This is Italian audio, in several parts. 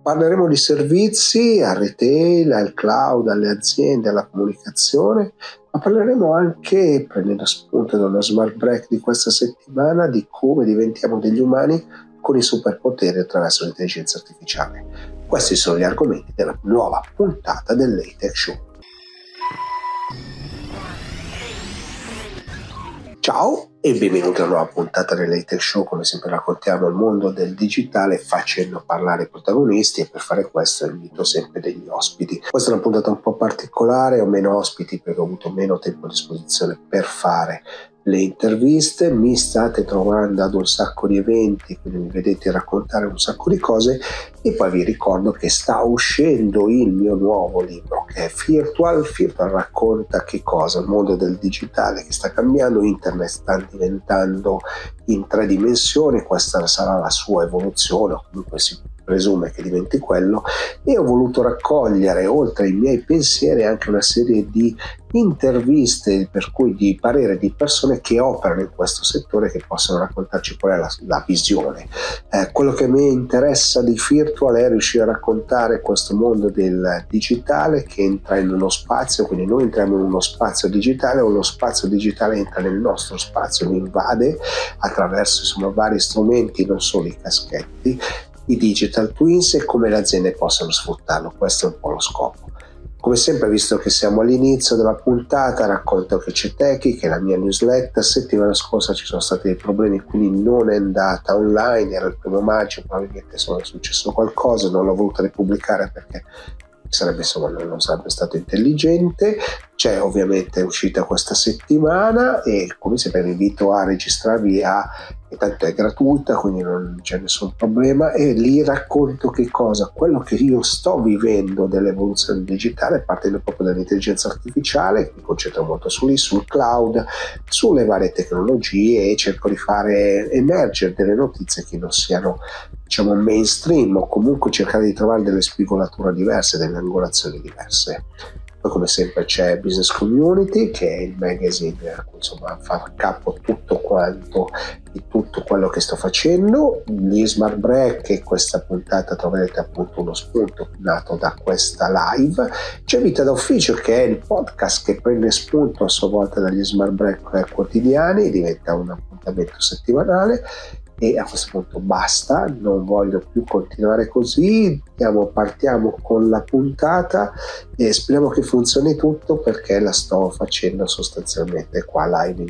Parleremo di servizi al retail, al cloud, alle aziende, alla comunicazione, ma parleremo anche, prendendo spunto dallo Smart Break di questa settimana, di come diventiamo degli umani con i superpoteri attraverso l'intelligenza artificiale. Questi sono gli argomenti della nuova puntata del Late Show. Ciao e benvenuti a una nuova puntata del Late Show. Come sempre raccontiamo il mondo del digitale facendo parlare i protagonisti, e per fare questo invito sempre degli ospiti. Questa è una puntata un po' particolare, ho meno ospiti perché ho avuto meno tempo a disposizione per fare le interviste. Mi state trovando ad un sacco di eventi, quindi mi vedete raccontare un sacco di cose, e poi vi ricordo che sta uscendo il mio nuovo libro che è Virtual racconta che cosa? Il mondo del digitale che sta cambiando, internet sta diventando in 3 dimensioni, questa sarà la sua evoluzione, o comunque si presume che diventi quello, e ho voluto raccogliere oltre ai miei pensieri anche una serie di interviste, per cui di parere di persone che operano in questo settore, che possono raccontarci qual è la visione. Quello che mi interessa di Virtual è riuscire a raccontare questo mondo del digitale che entra in uno spazio, quindi noi entriamo in uno spazio digitale o lo spazio digitale entra nel nostro spazio, lo invade attraverso vari strumenti, non solo i caschetti, i digital twins, e come le aziende possono sfruttarlo. Questo è un po' lo scopo. Come sempre, visto che siamo all'inizio della puntata, racconto che c'è Techie, che è la mia newsletter. Settimana scorsa ci sono stati dei problemi, quindi non è andata online, era il 1 maggio, probabilmente è successo qualcosa, non l'ho voluta ripubblicare perché non sarebbe stato intelligente. C'è ovviamente uscita questa settimana e come sempre vi invito a registrarvi, e tanto è gratuita, quindi non c'è nessun problema, e lì racconto che cosa? Quello che io sto vivendo dell'evoluzione digitale, partendo proprio dall'intelligenza artificiale. Mi concentro molto sul cloud, sulle varie tecnologie, e cerco di fare emergere delle notizie che non siano, diciamo, mainstream, o comunque cercare di trovare delle spigolature diverse, delle angolazioni diverse. Poi come sempre c'è Business Community, che è il magazine insomma fa capo tutto quanto di tutto quello che sto facendo. Gli Smart Break, e questa puntata troverete appunto uno spunto nato da questa live. C'è Vita d'Ufficio, che è il podcast che prende spunto a sua volta dagli Smart Break quotidiani, diventa un appuntamento settimanale. E a questo punto basta, non voglio più continuare così, partiamo con la puntata e speriamo che funzioni tutto, perché la sto facendo sostanzialmente qua live.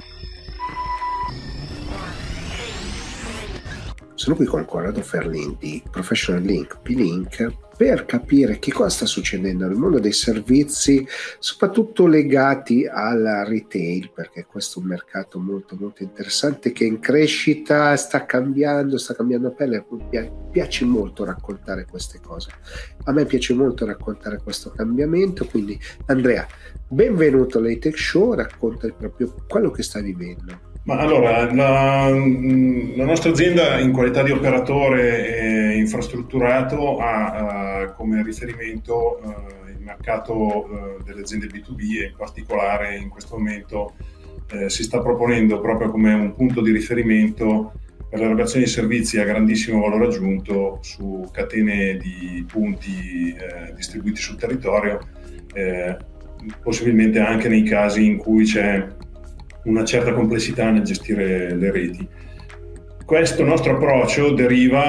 Sono qui con Corrado Ferlin di Professional Link, P-Link, per capire che cosa sta succedendo nel mondo dei servizi, soprattutto legati al retail, perché questo è un mercato molto molto interessante che è in crescita, sta cambiando pelle. Piace molto raccontare queste cose, a me piace molto raccontare questo cambiamento. Quindi Andrea, benvenuto all'Late Tech Show, racconta proprio quello che sta vivendo. Ma allora, la nostra azienda in qualità di operatore infrastrutturato ha come riferimento il mercato delle aziende B2B, e in particolare in questo momento si sta proponendo proprio come un punto di riferimento per l'erogazione di servizi a grandissimo valore aggiunto su catene di punti distribuiti sul territorio, possibilmente anche nei casi in cui c'è una certa complessità nel gestire le reti. Questo nostro approccio deriva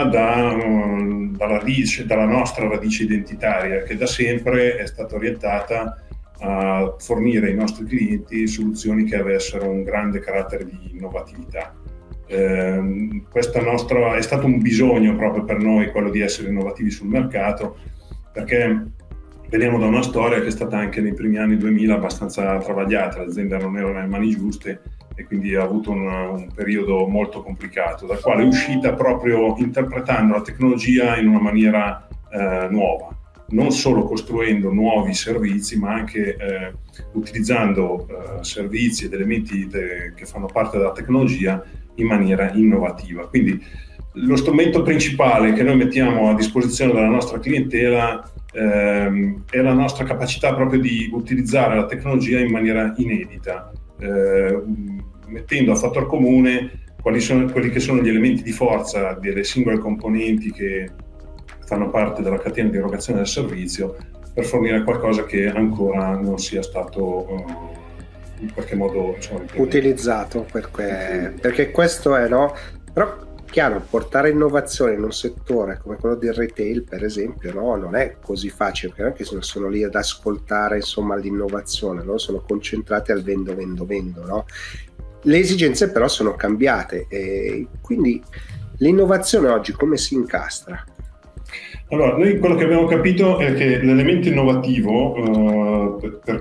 dalla nostra radice identitaria, che da sempre è stata orientata a fornire ai nostri clienti soluzioni che avessero un grande carattere di innovatività. Questa nostra è stato un bisogno proprio per noi, quello di essere innovativi sul mercato, perché veniamo da una storia che è stata anche nei primi anni 2000 abbastanza travagliata, l'azienda non era nelle mani giuste e quindi ha avuto un periodo molto complicato, dal quale è uscita proprio interpretando la tecnologia in una maniera nuova, non solo costruendo nuovi servizi, ma anche utilizzando servizi ed elementi che fanno parte della tecnologia in maniera innovativa. Quindi lo strumento principale che noi mettiamo a disposizione della nostra clientela è la nostra capacità proprio di utilizzare la tecnologia in maniera inedita, mettendo a fattor comune quelli che sono gli elementi di forza delle singole componenti che fanno parte della catena di erogazione del servizio, per fornire qualcosa che ancora non sia stato in qualche modo, diciamo, utilizzato, perché questo è, no? Però chiaro, portare innovazione in un settore come quello del retail, per esempio, no, non è così facile, perché non è che sono lì ad ascoltare, insomma, l'innovazione, no? Sono concentrati al vendo, no? Le esigenze però sono cambiate, e quindi l'innovazione oggi come si incastra? Allora, noi quello che abbiamo capito è che l'elemento innovativo per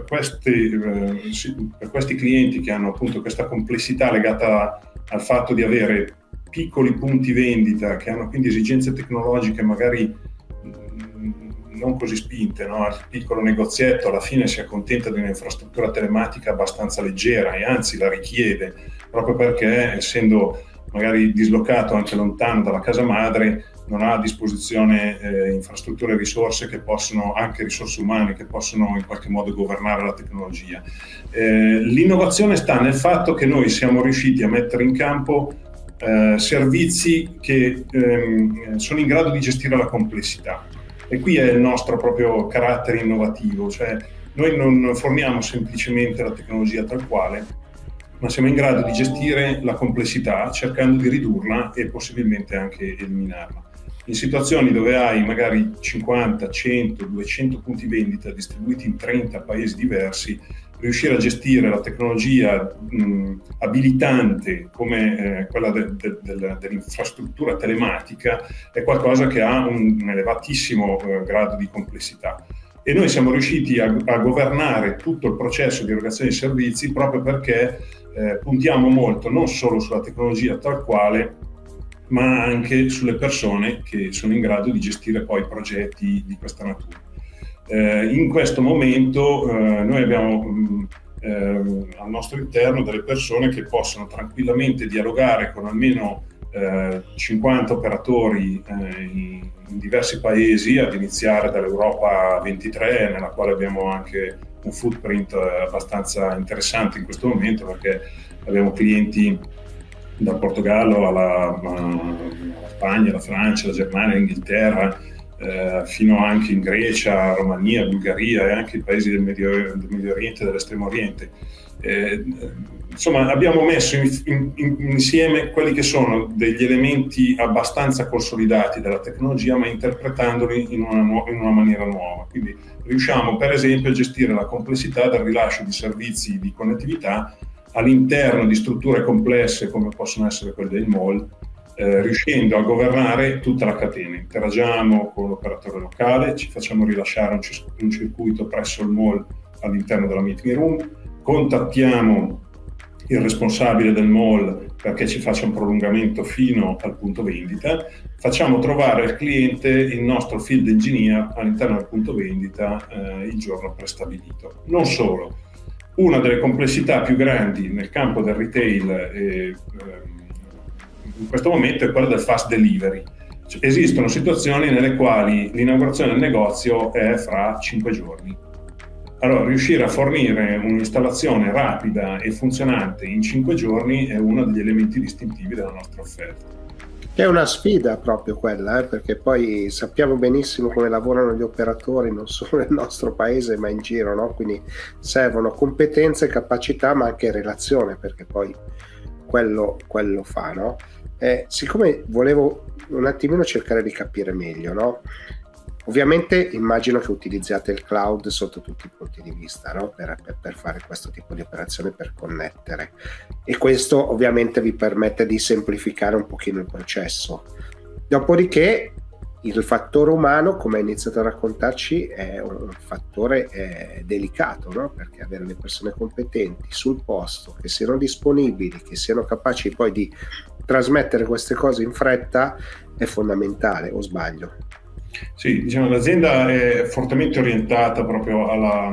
questi clienti che hanno appunto questa complessità legata al fatto di avere piccoli punti vendita, che hanno quindi esigenze tecnologiche magari non così spinte, no? Il piccolo negozietto alla fine si accontenta di un'infrastruttura telematica abbastanza leggera e anzi la richiede, proprio perché essendo magari dislocato anche lontano dalla casa madre, non ha a disposizione infrastrutture e risorse che possono, anche risorse umane, che possono in qualche modo governare la tecnologia. L'innovazione sta nel fatto che noi siamo riusciti a mettere in campo servizi che sono in grado di gestire la complessità, e qui è il nostro proprio carattere innovativo, cioè noi non forniamo semplicemente la tecnologia tal quale, ma siamo in grado di gestire la complessità cercando di ridurla e possibilmente anche eliminarla. In situazioni dove hai magari 50, 100, 200 punti vendita distribuiti in 30 paesi diversi, riuscire a gestire la tecnologia abilitante come quella dell'infrastruttura telematica è qualcosa che ha un elevatissimo grado di complessità. E noi siamo riusciti a governare tutto il processo di erogazione di servizi proprio perché puntiamo molto non solo sulla tecnologia tal quale, ma anche sulle persone che sono in grado di gestire poi progetti di questa natura. In questo momento noi abbiamo al nostro interno delle persone che possono tranquillamente dialogare con almeno 50 operatori in diversi paesi, ad iniziare dall'Europa 23, nella quale abbiamo anche un footprint abbastanza interessante in questo momento, perché abbiamo clienti dal Portogallo alla Spagna, alla Francia, alla Germania, all'Inghilterra, fino anche in Grecia, Romania, Bulgaria e anche i paesi del Medio Oriente e dell'Estremo Oriente. Insomma, abbiamo messo insieme quelli che sono degli elementi abbastanza consolidati della tecnologia, ma interpretandoli in una maniera nuova. Quindi riusciamo, per esempio, a gestire la complessità del rilascio di servizi di connettività all'interno di strutture complesse come possono essere quelle dei mall, riuscendo a governare tutta la catena. Interagiamo con l'operatore locale, ci facciamo rilasciare un circuito presso il mall all'interno della meeting room, contattiamo il responsabile del mall perché ci faccia un prolungamento fino al punto vendita, facciamo trovare al cliente il nostro field engineer all'interno del punto vendita il giorno prestabilito. Non solo, una delle complessità più grandi nel campo del retail in questo momento è quella del fast delivery. Esistono situazioni nelle quali l'inaugurazione del negozio è fra 5 giorni. Allora, riuscire a fornire un'installazione rapida e funzionante in 5 giorni è uno degli elementi distintivi della nostra offerta. È una sfida proprio quella, perché poi sappiamo benissimo come lavorano gli operatori non solo nel nostro paese ma in giro, no? Quindi servono competenze, capacità ma anche relazione, perché poi quello fa, no? Siccome volevo un attimino cercare di capire meglio, no? Ovviamente immagino che utilizziate il cloud sotto tutti i punti di vista, no? per fare questo tipo di operazione, per connettere, e questo ovviamente vi permette di semplificare un pochino il processo. Dopodiché il fattore umano, come hai iniziato a raccontarci, è un fattore delicato, no? Perché avere le persone competenti sul posto, che siano disponibili, che siano capaci poi di trasmettere queste cose in fretta è fondamentale, o sbaglio? Sì, diciamo, l'azienda è fortemente orientata proprio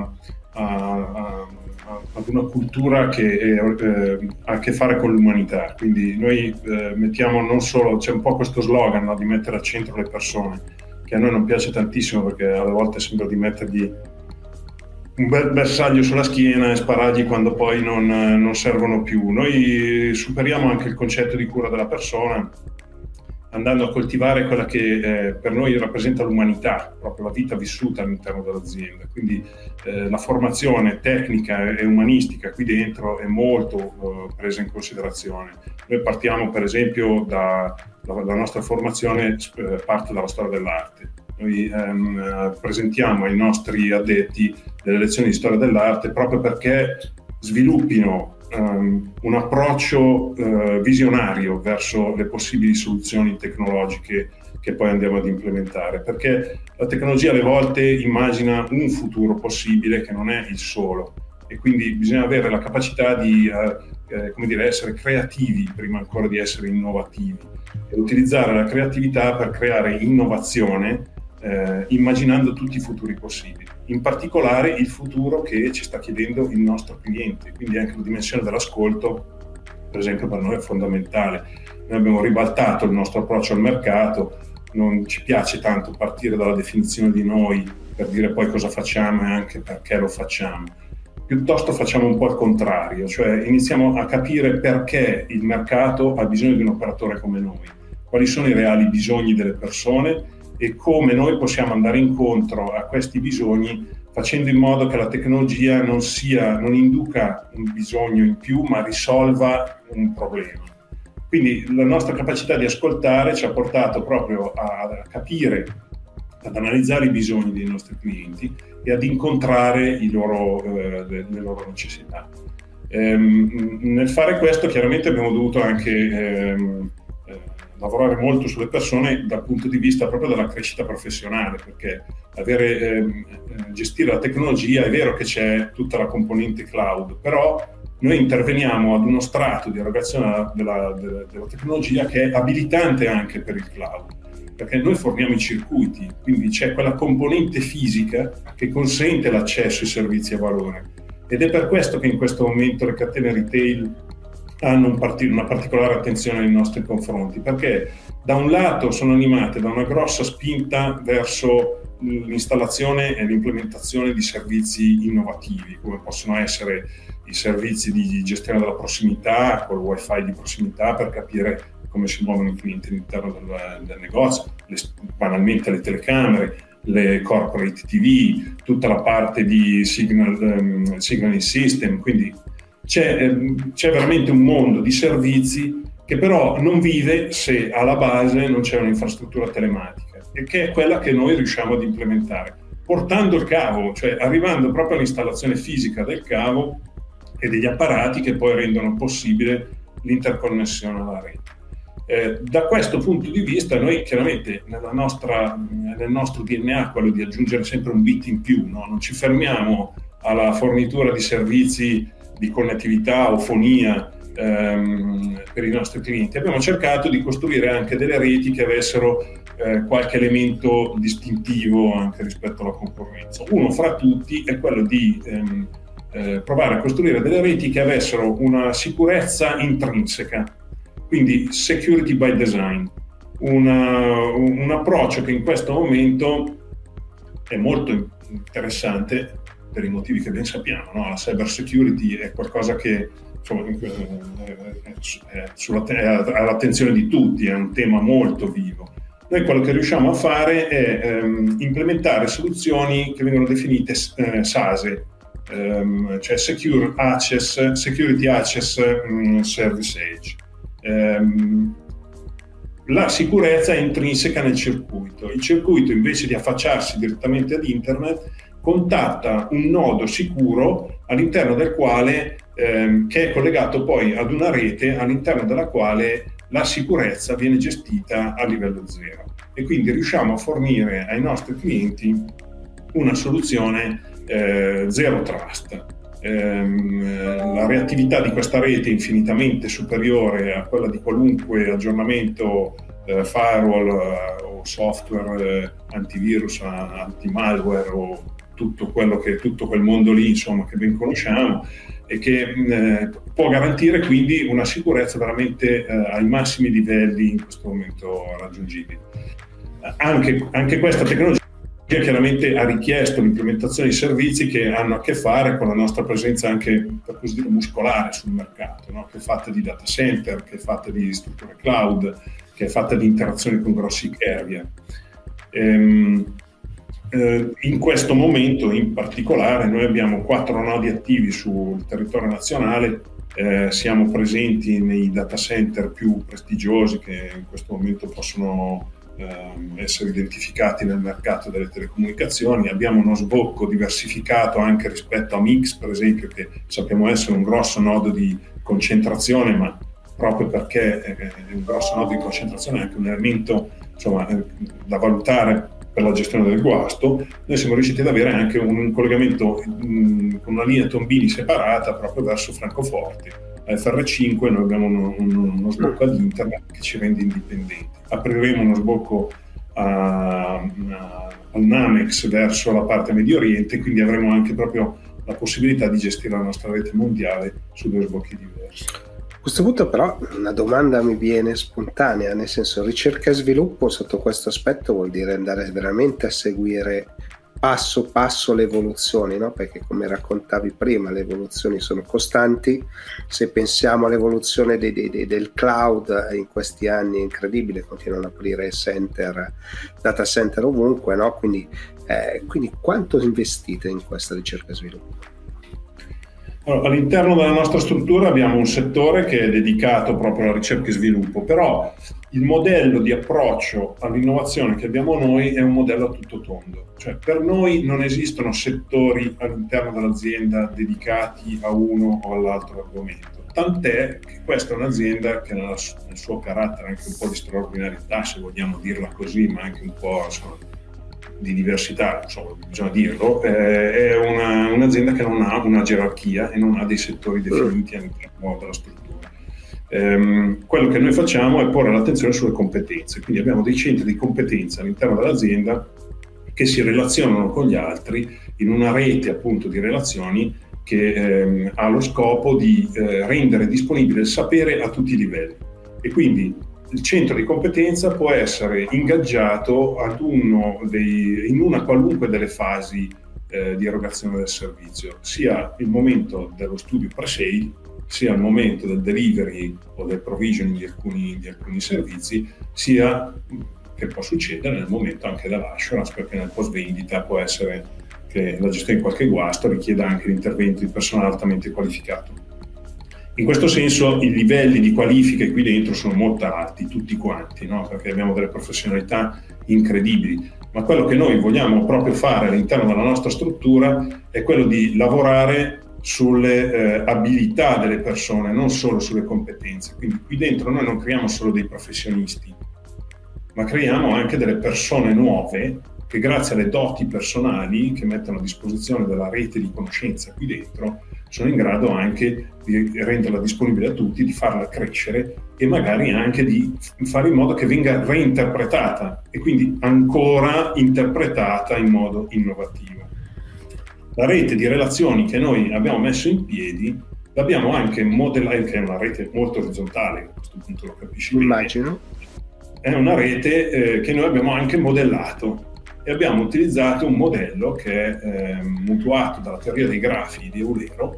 ad una cultura che ha a che fare con l'umanità, quindi noi mettiamo non solo, c'è un po' questo slogan, no, di mettere al centro le persone, che a noi non piace tantissimo perché alle volte sembra di mettergli un bel bersaglio sulla schiena e sparargli quando poi non servono più. Noi superiamo anche il concetto di cura della persona andando a coltivare quella che per noi rappresenta l'umanità, proprio la vita vissuta all'interno dell'azienda. Quindi la formazione tecnica e umanistica qui dentro è molto presa in considerazione. Noi partiamo per esempio la nostra formazione parte dalla storia dell'arte. Noi presentiamo ai nostri addetti delle lezioni di storia dell'arte proprio perché sviluppino un approccio visionario verso le possibili soluzioni tecnologiche che poi andiamo ad implementare, perché la tecnologia alle volte immagina un futuro possibile che non è il solo, e quindi bisogna avere la capacità di essere creativi prima ancora di essere innovativi, e utilizzare la creatività per creare innovazione immaginando tutti i futuri possibili, in particolare il futuro che ci sta chiedendo il nostro cliente. Quindi anche la dimensione dell'ascolto, per esempio, per noi è fondamentale. Noi abbiamo ribaltato il nostro approccio al mercato, non ci piace tanto partire dalla definizione di noi per dire poi cosa facciamo e anche perché lo facciamo. Piuttosto facciamo un po' il contrario, cioè iniziamo a capire perché il mercato ha bisogno di un operatore come noi, quali sono i reali bisogni delle persone e come noi possiamo andare incontro a questi bisogni facendo in modo che la tecnologia non induca un bisogno in più, ma risolva un problema. Quindi la nostra capacità di ascoltare ci ha portato proprio a capire, ad analizzare i bisogni dei nostri clienti e ad incontrare le loro necessità. Nel fare questo chiaramente abbiamo dovuto anche lavorare molto sulle persone dal punto di vista proprio della crescita professionale, perché gestire la tecnologia, è vero che c'è tutta la componente cloud, però noi interveniamo ad uno strato di erogazione della tecnologia che è abilitante anche per il cloud, perché noi forniamo i circuiti, quindi c'è quella componente fisica che consente l'accesso ai servizi a valore, ed è per questo che in questo momento le catene retail hanno una particolare attenzione nei nostri confronti, perché da un lato sono animate da una grossa spinta verso l'installazione e l'implementazione di servizi innovativi, come possono essere i servizi di gestione della prossimità, col wifi di prossimità, per capire come si muovono i clienti all'interno del negozio, banalmente le telecamere, le corporate TV, tutta la parte di signaling system, quindi c'è veramente un mondo di servizi che però non vive se alla base non c'è un'infrastruttura telematica, e che è quella che noi riusciamo ad implementare, portando il cavo, cioè arrivando proprio all'installazione fisica del cavo e degli apparati che poi rendono possibile l'interconnessione alla rete. Da questo punto di vista noi chiaramente nel nostro DNA quello di aggiungere sempre un bit in più, no? Non ci fermiamo alla fornitura di servizi di connettività o fonia per i nostri clienti. Abbiamo cercato di costruire anche delle reti che avessero qualche elemento distintivo anche rispetto alla concorrenza. Uno fra tutti è quello di provare a costruire delle reti che avessero una sicurezza intrinseca, quindi security by design, un approccio che in questo momento è molto interessante per i motivi che ben sappiamo, no? La cyber security è qualcosa che insomma, è all'attenzione di tutti, è un tema molto vivo. Noi quello che riusciamo a fare è implementare soluzioni che vengono definite SASE, cioè Security Access Service Edge. La sicurezza è intrinseca nel circuito. Il circuito, invece di affacciarsi direttamente ad internet, contatta un nodo sicuro all'interno del quale che è collegato poi ad una rete all'interno della quale la sicurezza viene gestita a livello zero, e quindi riusciamo a fornire ai nostri clienti una soluzione zero trust. La reattività di questa rete è infinitamente superiore a quella di qualunque aggiornamento firewall o software antivirus, anti-malware o tutto quel mondo lì, insomma, che ben conosciamo, e che può garantire quindi una sicurezza veramente ai massimi livelli in questo momento raggiungibili. Anche questa tecnologia chiaramente ha richiesto l'implementazione di servizi che hanno a che fare con la nostra presenza anche, per così dire, muscolare sul mercato, no? Che è fatta di data center, che è fatta di strutture cloud, che è fatta di interazioni con grossi carrier. In questo momento in particolare noi abbiamo 4 nodi attivi sul territorio nazionale, siamo presenti nei data center più prestigiosi che in questo momento possono essere identificati nel mercato delle telecomunicazioni. Abbiamo uno sbocco diversificato anche rispetto a Mix, per esempio, che sappiamo essere un grosso nodo di concentrazione, ma proprio perché è un grosso nodo di concentrazione è anche un elemento, insomma, da valutare per la gestione del guasto. Noi siamo riusciti ad avere anche un collegamento con una linea Tombini separata proprio verso Francoforte. A FR5 noi abbiamo uno sbocco ad internet che ci rende indipendenti. Apriremo uno sbocco al Namex verso la parte Medio Oriente, quindi avremo anche proprio la possibilità di gestire la nostra rete mondiale su 2 sbocchi diversi. A questo punto però una domanda mi viene spontanea, nel senso, ricerca e sviluppo sotto questo aspetto vuol dire andare veramente a seguire passo passo le evoluzioni, no? Perché come raccontavi prima le evoluzioni sono costanti. Se pensiamo all'evoluzione del cloud in questi anni è incredibile, continuano ad aprire data center ovunque, no? Quindi quanto investite in questa ricerca e sviluppo? Allora, all'interno della nostra struttura abbiamo un settore che è dedicato proprio alla ricerca e sviluppo, però il modello di approccio all'innovazione che abbiamo noi è un modello a tutto tondo. Cioè, per noi non esistono settori all'interno dell'azienda dedicati a uno o all'altro argomento. Tant'è che questa è un'azienda che nel suo carattere anche un po' di straordinarietà, se vogliamo dirla così, ma anche un po', insomma, di diversità, insomma, bisogna dirlo, è un'azienda che non ha una gerarchia e non ha dei settori definiti all'interno della struttura. Quello che noi facciamo è porre l'attenzione sulle competenze, quindi abbiamo dei centri di competenza all'interno dell'azienda che si relazionano con gli altri in una rete appunto di relazioni che ha lo scopo di rendere disponibile il sapere a tutti i livelli, e quindi il centro di competenza può essere ingaggiato in una qualunque delle fasi di erogazione del servizio, sia il momento dello studio pre-sale, sia il momento del delivery o del provisioning di alcuni servizi, sia che può succedere nel momento anche dell'assurance, perché nel post vendita può essere che la gestione di qualche guasto richieda anche l'intervento di personale altamente qualificato. In questo senso i livelli di qualifica qui dentro sono molto alti, tutti quanti, no? Perché abbiamo delle professionalità incredibili, ma quello che noi vogliamo proprio fare all'interno della nostra struttura è quello di lavorare sulle abilità delle persone, non solo sulle competenze. Quindi qui dentro noi non creiamo solo dei professionisti, ma creiamo anche delle persone nuove che grazie alle doti personali che mettono a disposizione della rete di conoscenza qui dentro sono in grado anche di renderla disponibile a tutti, di farla crescere e magari anche di fare in modo che venga reinterpretata e quindi ancora interpretata in modo innovativo. La rete di relazioni che noi abbiamo messo in piedi l'abbiamo anche modellata, che è una rete molto orizzontale, a questo punto lo capisci bene. Immagino. È una rete che noi abbiamo anche modellato e abbiamo utilizzato un modello che è mutuato dalla teoria dei grafi di Eulero,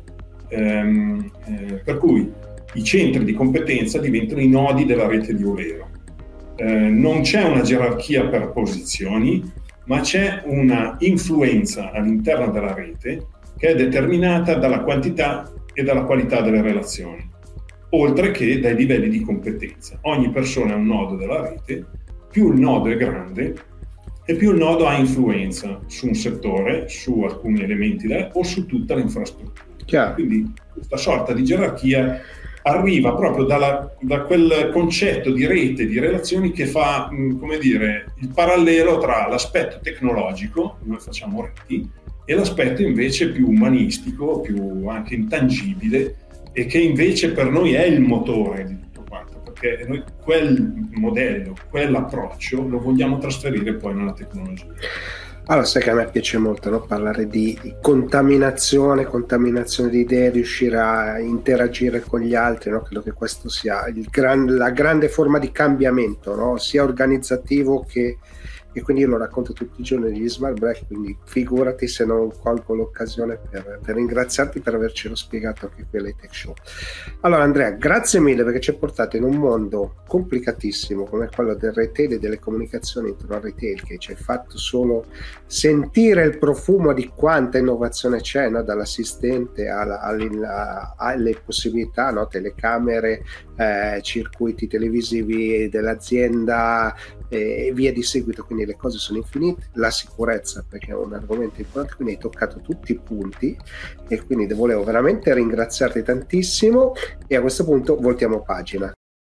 per cui i centri di competenza diventano i nodi della rete di Eulero. Non c'è una gerarchia per posizioni, ma c'è una influenza all'interno della rete che è determinata dalla quantità e dalla qualità delle relazioni, oltre che dai livelli di competenza. Ogni persona è un nodo della rete, più il nodo è grande e più il nodo ha influenza su un settore, su alcuni elementi o su tutta l'infrastruttura. Chiaro. Quindi questa sorta di gerarchia arriva proprio da quel concetto di rete di relazioni che fa, come dire, il parallelo tra l'aspetto tecnologico, noi facciamo reti, e l'aspetto invece più umanistico, più anche intangibile, e che invece per noi è il motore di tutto quanto, perché noi quel modello, quell'approccio lo vogliamo trasferire poi nella tecnologia. Allora, sai che a me piace molto, no? Parlare di contaminazione di idee, riuscire a interagire con gli altri, no? Credo che questo sia la grande forma di cambiamento, no? Sia organizzativo che e quindi io lo racconto tutti i giorni negli Smart Break, quindi figurati se non colgo l'occasione per ringraziarti per avercelo spiegato anche qui all'High Tech Show. Allora Andrea, grazie mille perché ci hai portato in un mondo complicatissimo come quello del retail e delle comunicazioni intorno al retail, che ci hai fatto solo sentire il profumo di quanta innovazione c'è, no? Dall'assistente alle possibilità, no? Telecamere, circuiti televisivi dell'azienda e via di seguito, quindi le cose sono infinite. La sicurezza, perché è un argomento importante, quindi hai toccato tutti i punti e quindi volevo veramente ringraziarti tantissimo e a questo punto voltiamo pagina.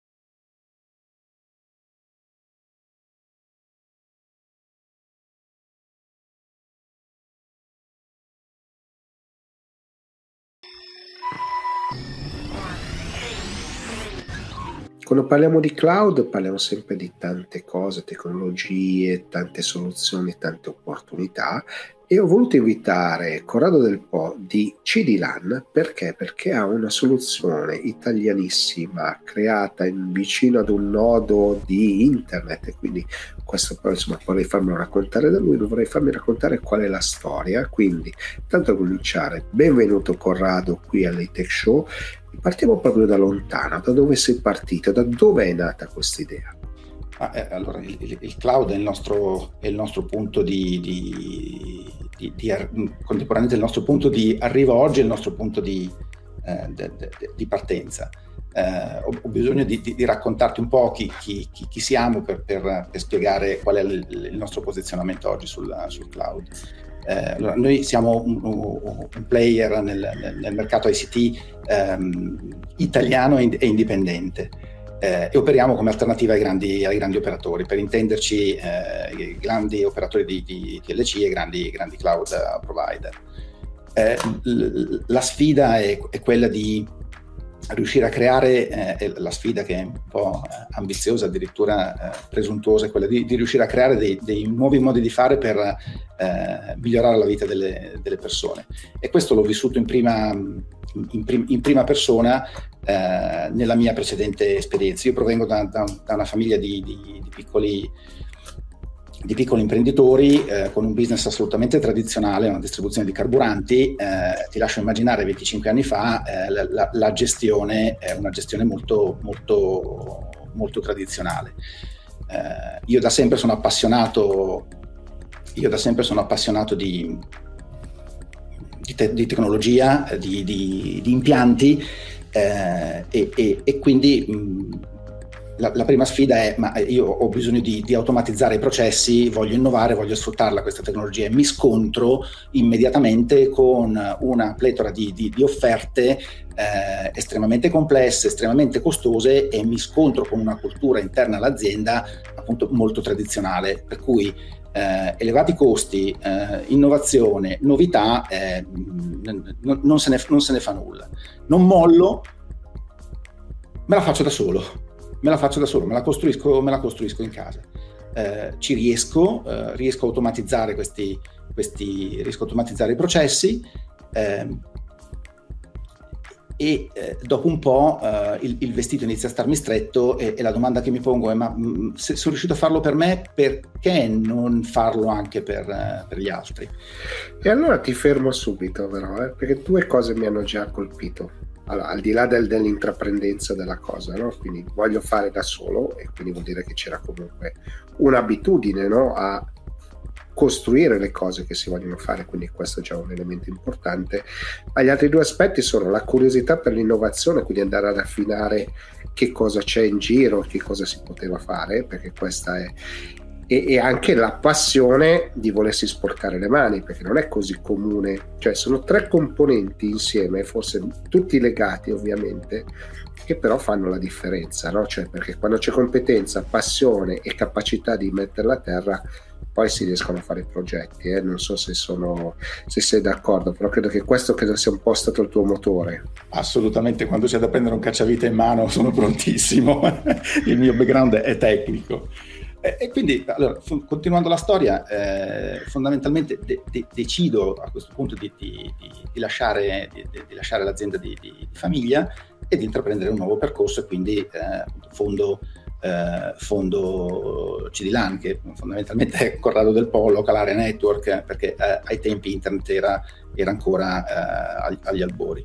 Quando parliamo di cloud parliamo sempre di tante cose, tecnologie, tante soluzioni, tante opportunità, e ho voluto invitare Corrado Del Po di CDLAN perché ha una soluzione italianissima creata vicino ad un nodo di internet, e quindi questo poi insomma vorrei farmelo raccontare da lui, dovrei farmi raccontare qual è la storia. Quindi tanto a cominciare, benvenuto Corrado qui all'High Tech Show. Partiamo proprio da lontano, da dove sei partito, da dove è nata questa idea? Allora, il cloud è il nostro punto contemporaneamente il nostro punto di arrivo oggi è il nostro punto di partenza. Ho bisogno di raccontarti un po' chi siamo per spiegare qual è il nostro posizionamento oggi sul cloud. Allora, noi siamo un player nel mercato ICT italiano e indipendente, e operiamo come alternativa ai grandi operatori, per intenderci i grandi operatori di TLC e grandi cloud provider. La sfida è quella di riuscire a creare, la sfida che è un po' ambiziosa, addirittura presuntuosa, è quella di riuscire a creare dei nuovi modi di fare per migliorare la vita delle persone. E questo l'ho vissuto in prima persona nella mia precedente esperienza. Io provengo da una famiglia di piccoli imprenditori con un business assolutamente tradizionale, una distribuzione di carburanti. Ti lascio immaginare 25 anni fa la gestione è una gestione molto, molto, molto tradizionale. Io da sempre sono appassionato di tecnologia, di impianti, e quindi la prima sfida è: ma io ho bisogno di automatizzare i processi, voglio innovare, voglio sfruttarla questa tecnologia, e mi scontro immediatamente con una pletora di offerte estremamente complesse, estremamente costose, e mi scontro con una cultura interna all'azienda appunto molto tradizionale, per cui elevati costi, innovazione, novità, non se ne fa nulla. Non mollo, me la faccio da solo, me la costruisco in casa. Ci riesco a automatizzare riesco a automatizzare i processi, e dopo un po' il vestito inizia a starmi stretto, e la domanda che mi pongo è: ma se sono riuscito a farlo per me, perché non farlo anche per gli altri? E allora ti fermo subito però, perché due cose mi hanno già colpito. Allora, al di là dell'intraprendenza della cosa, no? Quindi voglio fare da solo, e quindi vuol dire che c'era comunque un'abitudine, no? A costruire le cose che si vogliono fare, quindi questo è già un elemento importante. Ma gli altri due aspetti sono la curiosità per l'innovazione, quindi andare a raffinare che cosa c'è in giro, che cosa si poteva fare, perché questa è, e anche la passione di volersi sporcare le mani, perché non è così comune, cioè sono tre componenti insieme, forse tutti legati ovviamente, che però fanno la differenza, no? Cioè, perché quando c'è competenza, passione e capacità di metterla a terra, poi si riescono a fare i progetti. Non so se sei d'accordo, però credo che questo sia un po' stato il tuo motore. Assolutamente, quando c'è da prendere un cacciavite in mano sono prontissimo. Il mio background è tecnico. E quindi, allora, continuando la storia, fondamentalmente decido a questo punto di lasciare l'azienda di famiglia e di intraprendere un nuovo percorso, e quindi fondo fondo CDLAN, che fondamentalmente è Corrado del Po, Local Area Network, perché ai tempi internet era ancora agli albori.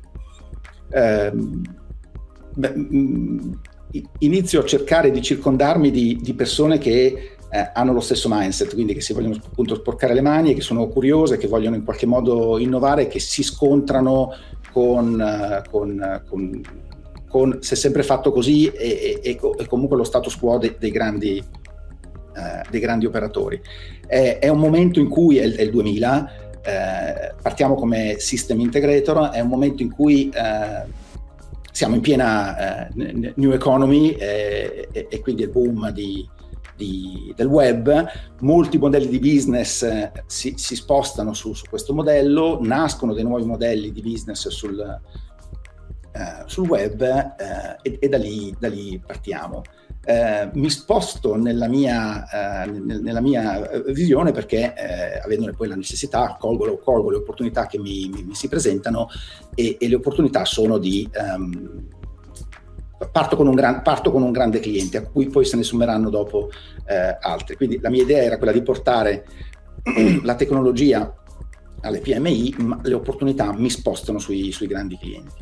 Inizio a cercare di circondarmi di persone che hanno lo stesso mindset, quindi che si vogliono appunto sporcare le mani, che sono curiose, che vogliono in qualche modo innovare, che si scontrano con se è sempre fatto così e comunque lo status quo dei grandi operatori. È un momento in cui è il 2000, partiamo come system integrator, è un momento in cui siamo in piena new economy e quindi il boom del web. Molti modelli di business si spostano su questo modello, nascono dei nuovi modelli di business sul web e da lì partiamo. Mi sposto nella mia visione perché avendone poi la necessità colgo le opportunità che mi si presentano e le opportunità sono di parto con un grande cliente a cui poi se ne sommeranno dopo altri. Quindi la mia idea era quella di portare la tecnologia alle PMI, ma le opportunità mi spostano sui grandi clienti.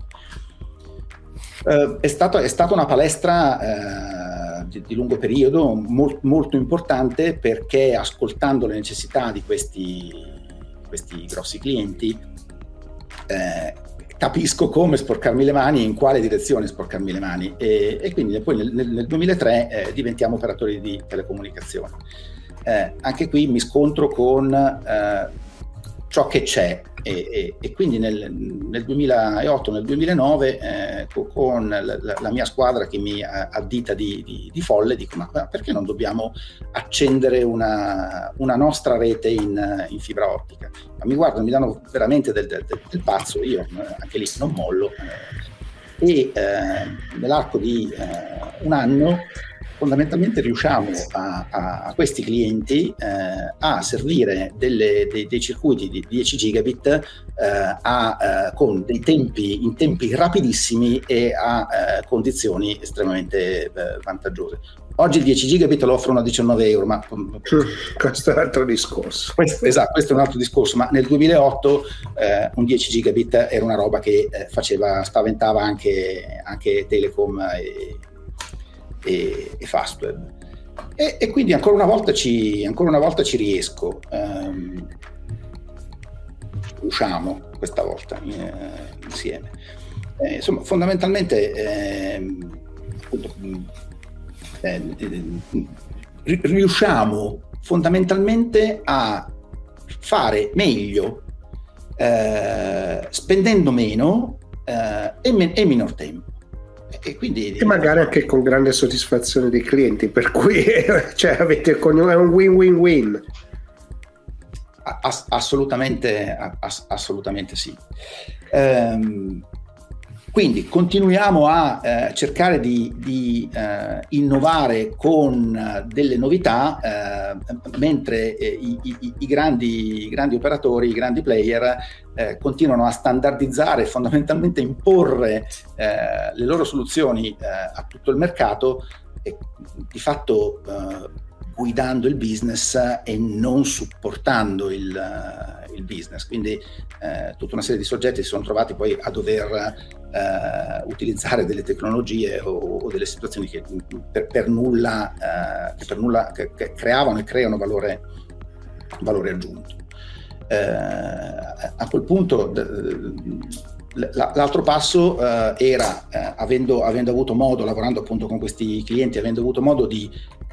È stata una palestra di lungo periodo molto importante, perché ascoltando le necessità di questi grossi clienti capisco come sporcarmi le mani e in quale direzione sporcarmi le mani e quindi poi nel 2003 diventiamo operatori di telecomunicazione. Anche qui mi scontro con ciò che c'è e quindi nel 2008, nel 2009 con la mia squadra che mi addita di folle, dico ma perché non dobbiamo accendere una nostra rete in fibra ottica? Ma mi guardano, mi danno veramente del pazzo, io anche lì non mollo e nell'arco di un anno fondamentalmente riusciamo a questi clienti a servire dei circuiti di 10 gigabit con in tempi rapidissimi e a condizioni estremamente vantaggiose. Oggi il 10 gigabit lo offrono a 19 euro, ma questo è un altro discorso. Esatto, questo è un altro discorso, ma nel 2008 un 10 gigabit era una roba che spaventava anche Telecom e Fastweb e quindi ancora una volta ci riesco, usciamo questa volta insieme, insomma fondamentalmente appunto, riusciamo fondamentalmente a fare meglio spendendo meno e minor tempo. E magari anche con grande soddisfazione dei clienti, per cui cioè è un win-win-win. Assolutamente sì. Quindi continuiamo a cercare di innovare con delle novità, mentre i grandi operatori, i grandi player continuano a standardizzare, fondamentalmente imporre le loro soluzioni a tutto il mercato e di fatto guidando il business e non supportando il business. Quindi tutta una serie di soggetti si sono trovati poi a dover utilizzare delle tecnologie o delle situazioni che per nulla creavano e creano valore aggiunto. A quel punto l'altro passo era avendo avuto modo, lavorando appunto con questi clienti, avendo avuto modo di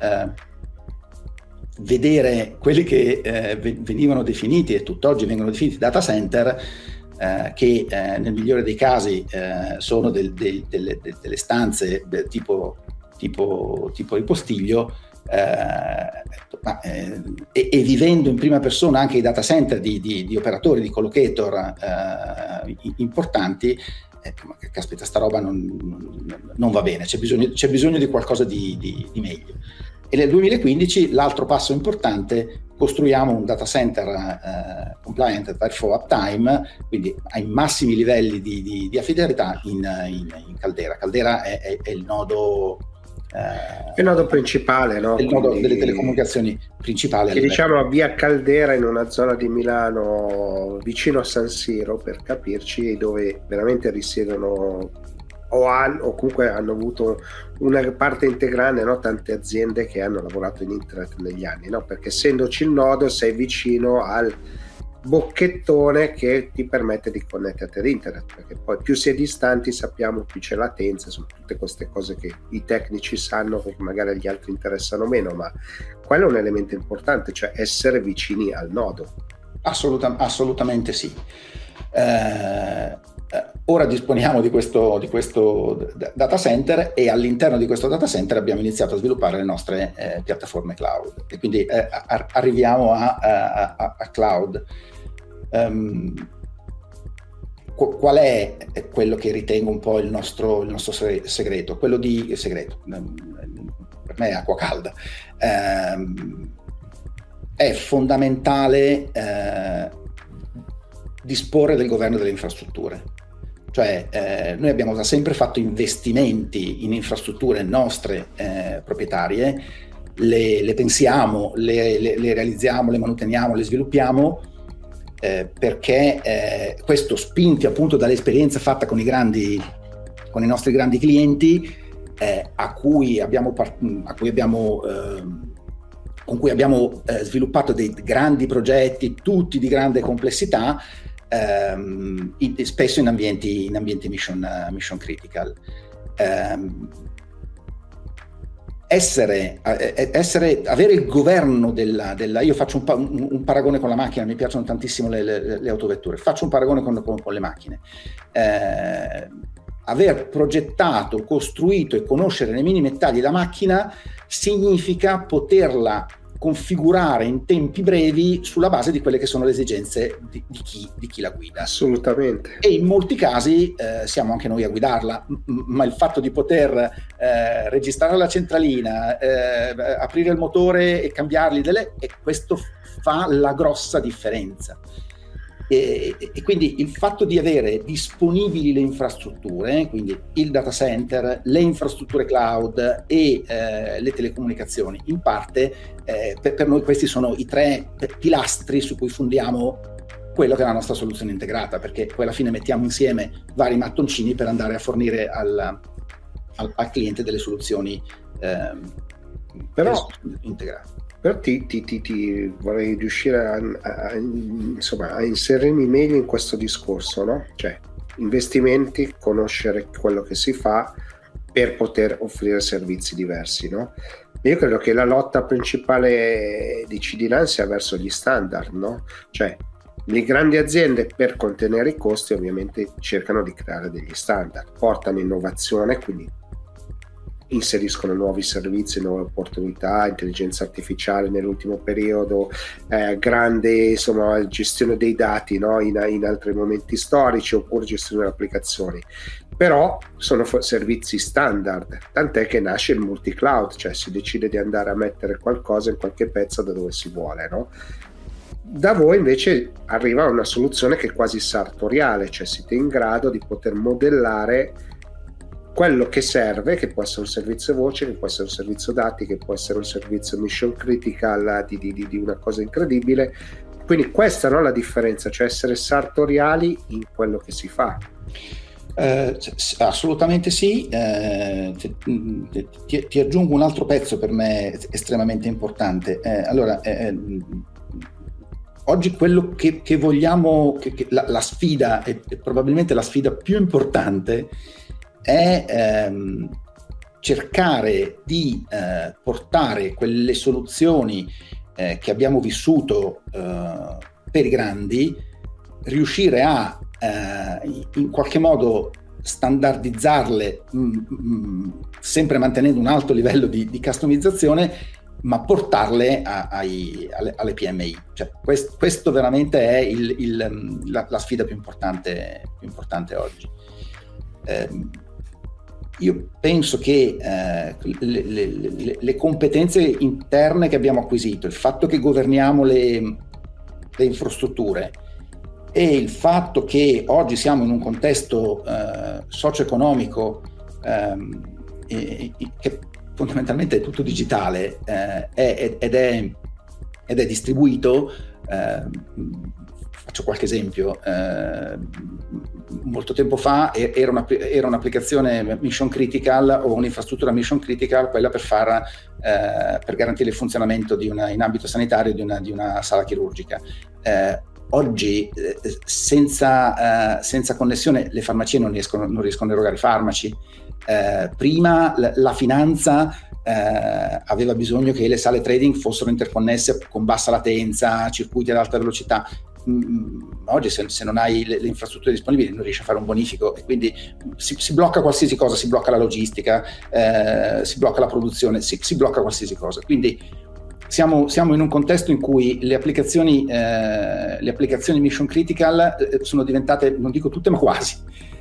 vedere quelli che venivano definiti e tutt'oggi vengono definiti data center, che nel migliore dei casi sono delle stanze tipo ripostiglio, e vivendo in prima persona anche i data center di operatori, di collocator importanti, caspita, sta roba non va bene, c'è bisogno di qualcosa di meglio. E nel 2015 l'altro passo importante: costruiamo un data center compliant for uptime, quindi ai massimi livelli di affidabilità in Caldera. Caldera è il nodo il nodo principale, no? Il nodo delle telecomunicazioni principali. Che diciamo a Via Caldera, in una zona di Milano vicino a San Siro, per capirci, dove veramente risiedono o comunque hanno avuto una parte integrante, no? Tante aziende che hanno lavorato in internet negli anni, no? Perché essendoci il nodo sei vicino al bocchettone che ti permette di connetterti ad internet, perché poi più si è distanti sappiamo più c'è latenza, sono tutte queste cose che i tecnici sanno che magari agli altri interessano meno, ma quello è un elemento importante, cioè essere vicini al nodo. Assolutamente sì. Ora disponiamo di questo data center, e all'interno di questo data center abbiamo iniziato a sviluppare le nostre piattaforme cloud, e quindi arriviamo a cloud. Qual è quello che ritengo un po' il nostro segreto? Quello di segreto, per me è acqua calda. È fondamentale disporre del governo delle infrastrutture. Cioè noi abbiamo da sempre fatto investimenti in infrastrutture nostre proprietarie, le pensiamo, le realizziamo, le manuteniamo, le sviluppiamo, perché questo, spinti appunto dall'esperienza fatta con i nostri grandi clienti, con cui abbiamo sviluppato dei grandi progetti, tutti di grande complessità, spesso in ambienti mission critical. Avere il governo della io faccio un paragone con la macchina, mi piacciono tantissimo le autovetture, faccio un paragone con le macchine. Aver progettato, costruito e conoscere nei minimi dettagli la macchina significa poterla configurare in tempi brevi sulla base di quelle che sono le esigenze di chi la guida. Assolutamente. E in molti casi siamo anche noi a guidarla, ma il fatto di poter registrare la centralina, aprire il motore e cambiargli e questo fa la grossa differenza. E quindi il fatto di avere disponibili le infrastrutture, quindi il data center, le infrastrutture cloud e le telecomunicazioni, in parte per noi questi sono i tre pilastri su cui fondiamo quello che è la nostra soluzione integrata, perché poi alla fine mettiamo insieme vari mattoncini per andare a fornire al cliente delle soluzioni integrate. Però ti vorrei riuscire a inserirmi meglio in questo discorso, no? Cioè, investimenti, conoscere quello che si fa per poter offrire servizi diversi, no? Io credo che la lotta principale di CDLAN sia verso gli standard, no? Cioè, le grandi aziende, per contenere i costi, ovviamente cercano di creare degli standard, portano innovazione, quindi inseriscono nuovi servizi, nuove opportunità, intelligenza artificiale nell'ultimo periodo, grande gestione dei dati, no? in altri momenti storici, oppure gestione delle applicazioni. Però sono servizi standard, tant'è che nasce il multi-cloud, cioè si decide di andare a mettere qualcosa in qualche pezzo da dove si vuole, no? Da voi invece arriva una soluzione che è quasi sartoriale, cioè siete in grado di poter modellare quello che serve, che può essere un servizio voce, che può essere un servizio dati, che può essere un servizio mission critical di una cosa incredibile. Quindi questa, no, la differenza, cioè essere sartoriali in quello che si fa. Assolutamente sì. Ti aggiungo un altro pezzo per me estremamente importante. Oggi quello che vogliamo, la sfida, e probabilmente la sfida più importante, è cercare di portare quelle soluzioni che abbiamo vissuto per i grandi, riuscire a in qualche modo standardizzarle, sempre mantenendo un alto livello di customizzazione, ma portarle alle PMI. Cioè, questo veramente è la sfida più importante oggi. Io penso che le competenze interne che abbiamo acquisito, il fatto che governiamo le infrastrutture e il fatto che oggi siamo in un contesto socio-economico che fondamentalmente è tutto digitale, ed è distribuito. Faccio qualche esempio. Molto tempo fa era un'applicazione mission critical o un'infrastruttura mission critical, quella per garantire il funzionamento in ambito sanitario di una sala chirurgica. Oggi senza connessione le farmacie non riescono a erogare farmaci. Prima la finanza aveva bisogno che le sale trading fossero interconnesse con bassa latenza, circuiti ad alta velocità. Oggi se non hai le infrastrutture disponibili non riesci a fare un bonifico, e quindi si blocca qualsiasi cosa, si blocca la logistica, si blocca la produzione, si blocca qualsiasi cosa. Quindi siamo in un contesto in cui le applicazioni mission critical sono diventate, non dico tutte ma quasi,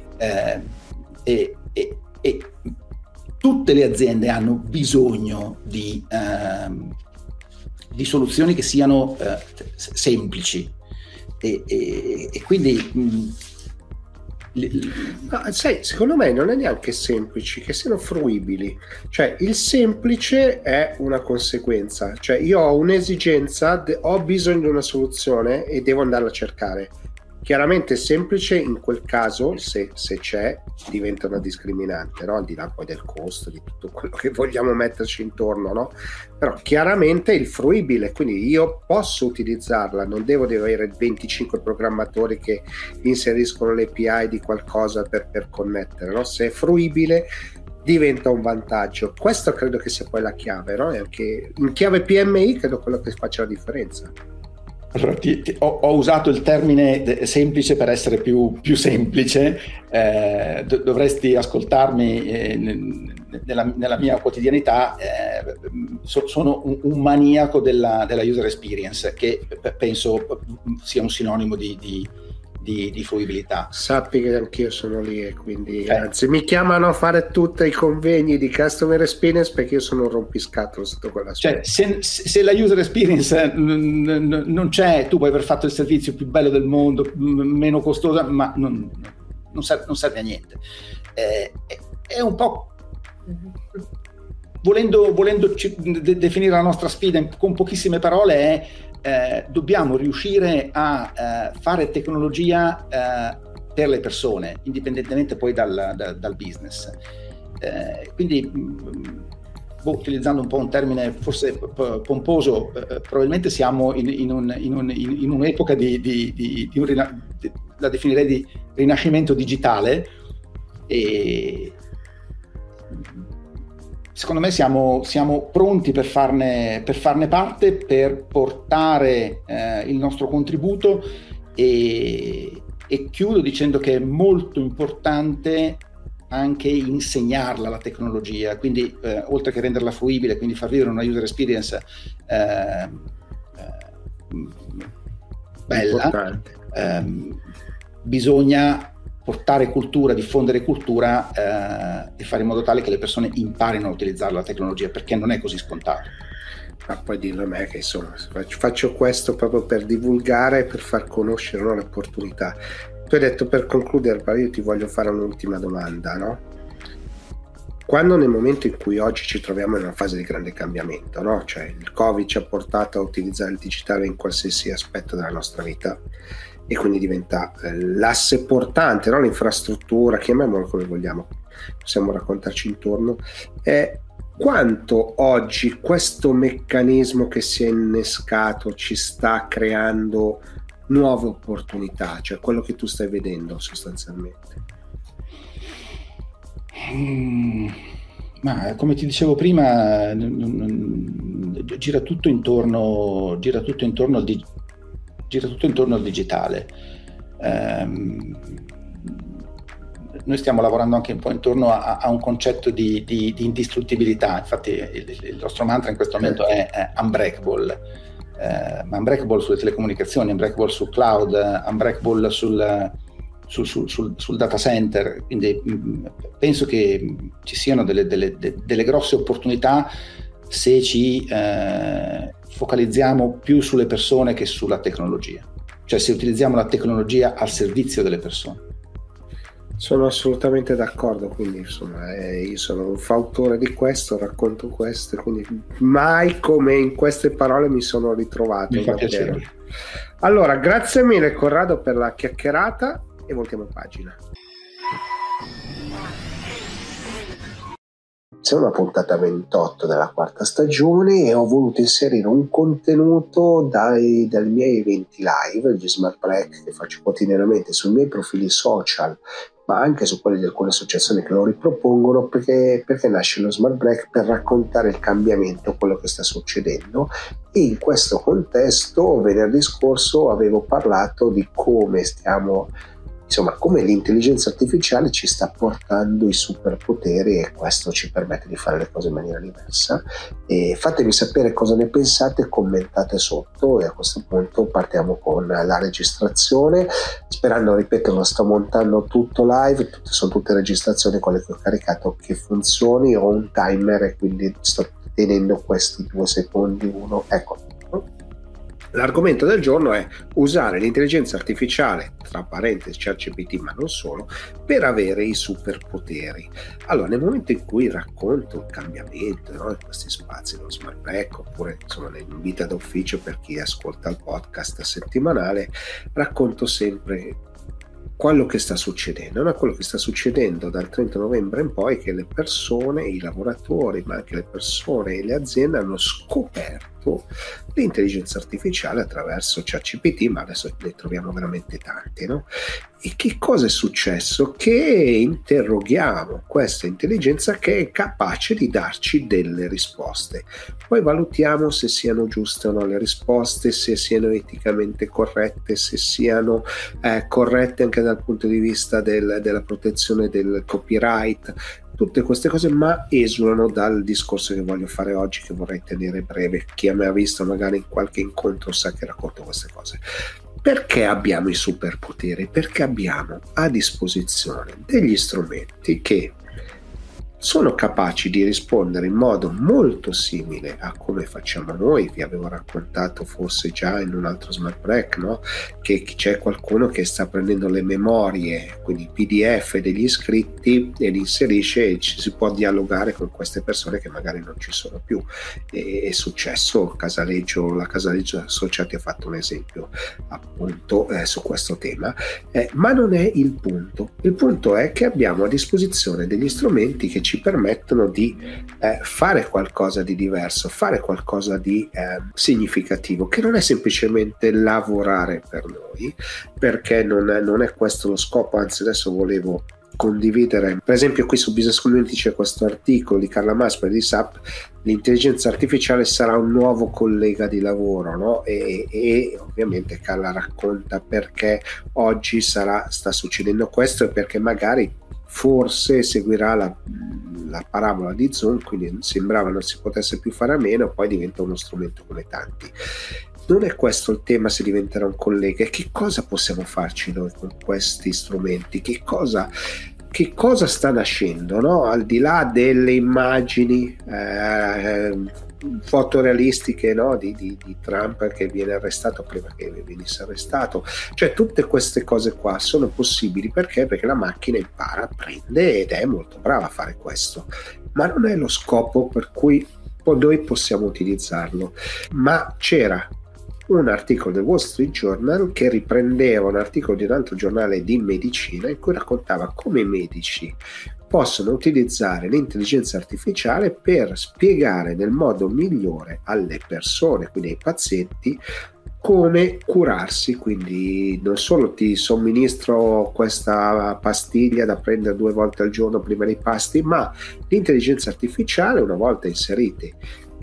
e tutte le aziende hanno bisogno di soluzioni che siano semplici, e quindi sai, secondo me non è neanche semplici, che siano fruibili. Cioè, il semplice è una conseguenza. Cioè, io ho un'esigenza, ho bisogno di una soluzione e devo andarla a cercare. Chiaramente semplice in quel caso, se c'è, diventa una discriminante, no? Al di là poi del costo, di tutto quello che vogliamo metterci intorno, no? Però chiaramente il fruibile, quindi io posso utilizzarla, non devo avere 25 programmatori che inseriscono le API di qualcosa per connettere, no? Se è fruibile diventa un vantaggio. Questo credo che sia poi la chiave, no? E anche in chiave PMI credo quello che faccia la differenza. Allora, ho usato il termine semplice per essere più semplice. Dovresti ascoltarmi nella mia quotidianità. Sono un maniaco della user experience, che penso sia un sinonimo di fruibilità. Sappi che anch'io sono lì, e quindi anzi mi chiamano a fare tutti i convegni di customer experience perché io sono un rompiscatole sotto quella cioè, se la user experience non c'è, tu puoi aver fatto il servizio più bello del mondo, meno costoso, ma non serve a niente. È un po', volendo definire la nostra sfida con pochissime parole, dobbiamo riuscire a fare tecnologia per le persone, indipendentemente poi dal business. Quindi, utilizzando un po' un termine forse pomposo, probabilmente siamo in un'epoca la definirei di rinascimento digitale, e secondo me siamo pronti per farne parte, per portare il nostro contributo, e chiudo dicendo che è molto importante anche insegnarla la tecnologia, quindi oltre che renderla fruibile, quindi far vivere una user experience bella, bisogna portare cultura, diffondere cultura, e fare in modo tale che le persone imparino a utilizzare la tecnologia, perché non è così scontato. Ma poi dirlo a me che insomma faccio questo proprio per divulgare, per far conoscere, no, le opportunità. Tu hai detto, per concludere, io ti voglio fare un'ultima domanda, no? Quando, nel momento in cui oggi ci troviamo in una fase di grande cambiamento, no? Cioè il Covid ci ha portato a utilizzare il digitale in qualsiasi aspetto della nostra vita, e quindi diventa l'asse portante, no? L'infrastruttura, chiamiamolo come vogliamo, possiamo raccontarci intorno, quanto oggi questo meccanismo che si è innescato ci sta creando nuove opportunità, cioè quello che tu stai vedendo sostanzialmente. Ma come ti dicevo prima, gira tutto intorno al digitale. Noi stiamo lavorando anche un po' intorno a un concetto di indistruttibilità. Infatti il nostro mantra in questo momento è unbreakable, ma unbreakable sulle telecomunicazioni, unbreakable sul cloud, unbreakable sul data center. Quindi penso che ci siano delle grosse opportunità se ci focalizziamo più sulle persone che sulla tecnologia, cioè se utilizziamo la tecnologia al servizio delle persone. Sono assolutamente d'accordo, quindi insomma io sono un fautore di questo, racconto questo, quindi mai come in queste parole mi sono ritrovato. Mi fa piacere. Allora, grazie mille Corrado per la chiacchierata e voltiamo pagina. Siamo alla puntata 28 della quarta stagione e ho voluto inserire un contenuto dai miei eventi live, gli Smart Break che faccio quotidianamente sui miei profili social, ma anche su quelli di alcune associazioni che lo ripropongono, perché nasce lo Smart Break per raccontare il cambiamento, quello che sta succedendo. E in questo contesto venerdì scorso avevo parlato di come come l'intelligenza artificiale ci sta portando i superpoteri e questo ci permette di fare le cose in maniera diversa. E fatemi sapere cosa ne pensate, commentate sotto e a questo punto partiamo con la registrazione. Sperando, ripeto, sto montando tutto live, sono tutte registrazioni, quelle che ho caricato che funzioni, ho un timer e quindi sto tenendo questi 2 secondi, uno, ecco. L'argomento del giorno è usare l'intelligenza artificiale, tra parentesi ChatGPT ma non solo, per avere i superpoteri. Allora, nel momento in cui racconto il cambiamento, no, in questi spazi dello Smart Break, oppure insomma in vita d'ufficio per chi ascolta il podcast settimanale, racconto sempre quello che sta succedendo, no? Quello che sta succedendo dal 30 novembre in poi, che le persone, i lavoratori, ma anche le persone e le aziende hanno scoperto l'intelligenza artificiale attraverso ChatGPT, ma adesso ne troviamo veramente tanti, no? E che cosa è successo? Che interroghiamo questa intelligenza che è capace di darci delle risposte. Poi valutiamo se siano giuste o no le risposte, se siano eticamente corrette, se siano corrette anche dal punto di vista della protezione del copyright. Tutte queste cose, ma esulano dal discorso che voglio fare oggi, che vorrei tenere breve. Chi mi ha visto magari in qualche incontro sa che racconto queste cose. Perché abbiamo i superpoteri? Perché abbiamo a disposizione degli strumenti che sono capaci di rispondere in modo molto simile a come facciamo noi. Vi avevo raccontato forse già in un altro Smart Break, no? Che c'è qualcuno che sta prendendo le memorie, quindi PDF degli iscritti, e li inserisce e ci si può dialogare con queste persone che magari non ci sono più. È successo, la Casaleggio Associati ha fatto un esempio appunto su questo tema, ma non è il punto. Il punto è che abbiamo a disposizione degli strumenti che ci permettono di fare qualcosa di diverso, fare qualcosa di significativo, che non è semplicemente lavorare per noi, perché non è questo lo scopo. Anzi, adesso volevo condividere, per esempio qui su Business Community c'è questo articolo di Carla Masper di SAP: l'intelligenza artificiale sarà un nuovo collega di lavoro, no? E ovviamente Carla racconta perché oggi sta succedendo questo, e perché magari forse seguirà la parabola di Zoom, quindi sembrava non si potesse più fare a meno, poi diventa uno strumento come tanti. Non è questo il tema, se diventerà un collega. E che cosa possiamo farci noi con questi strumenti? Che cosa sta nascendo, no? Al di là delle immagini fotorealistiche, no? di Trump che viene arrestato prima che venisse arrestato, cioè tutte queste cose qua sono possibili perché la macchina impara, apprende ed è molto brava a fare questo, ma non è lo scopo per cui noi possiamo utilizzarlo. Ma c'era un articolo del Wall Street Journal che riprendeva un articolo di un altro giornale di medicina, in cui raccontava come i medici possono utilizzare l'intelligenza artificiale per spiegare nel modo migliore alle persone, quindi ai pazienti, come curarsi. Quindi non solo ti somministro questa pastiglia da prendere 2 volte al giorno prima dei pasti, ma l'intelligenza artificiale, una volta inserite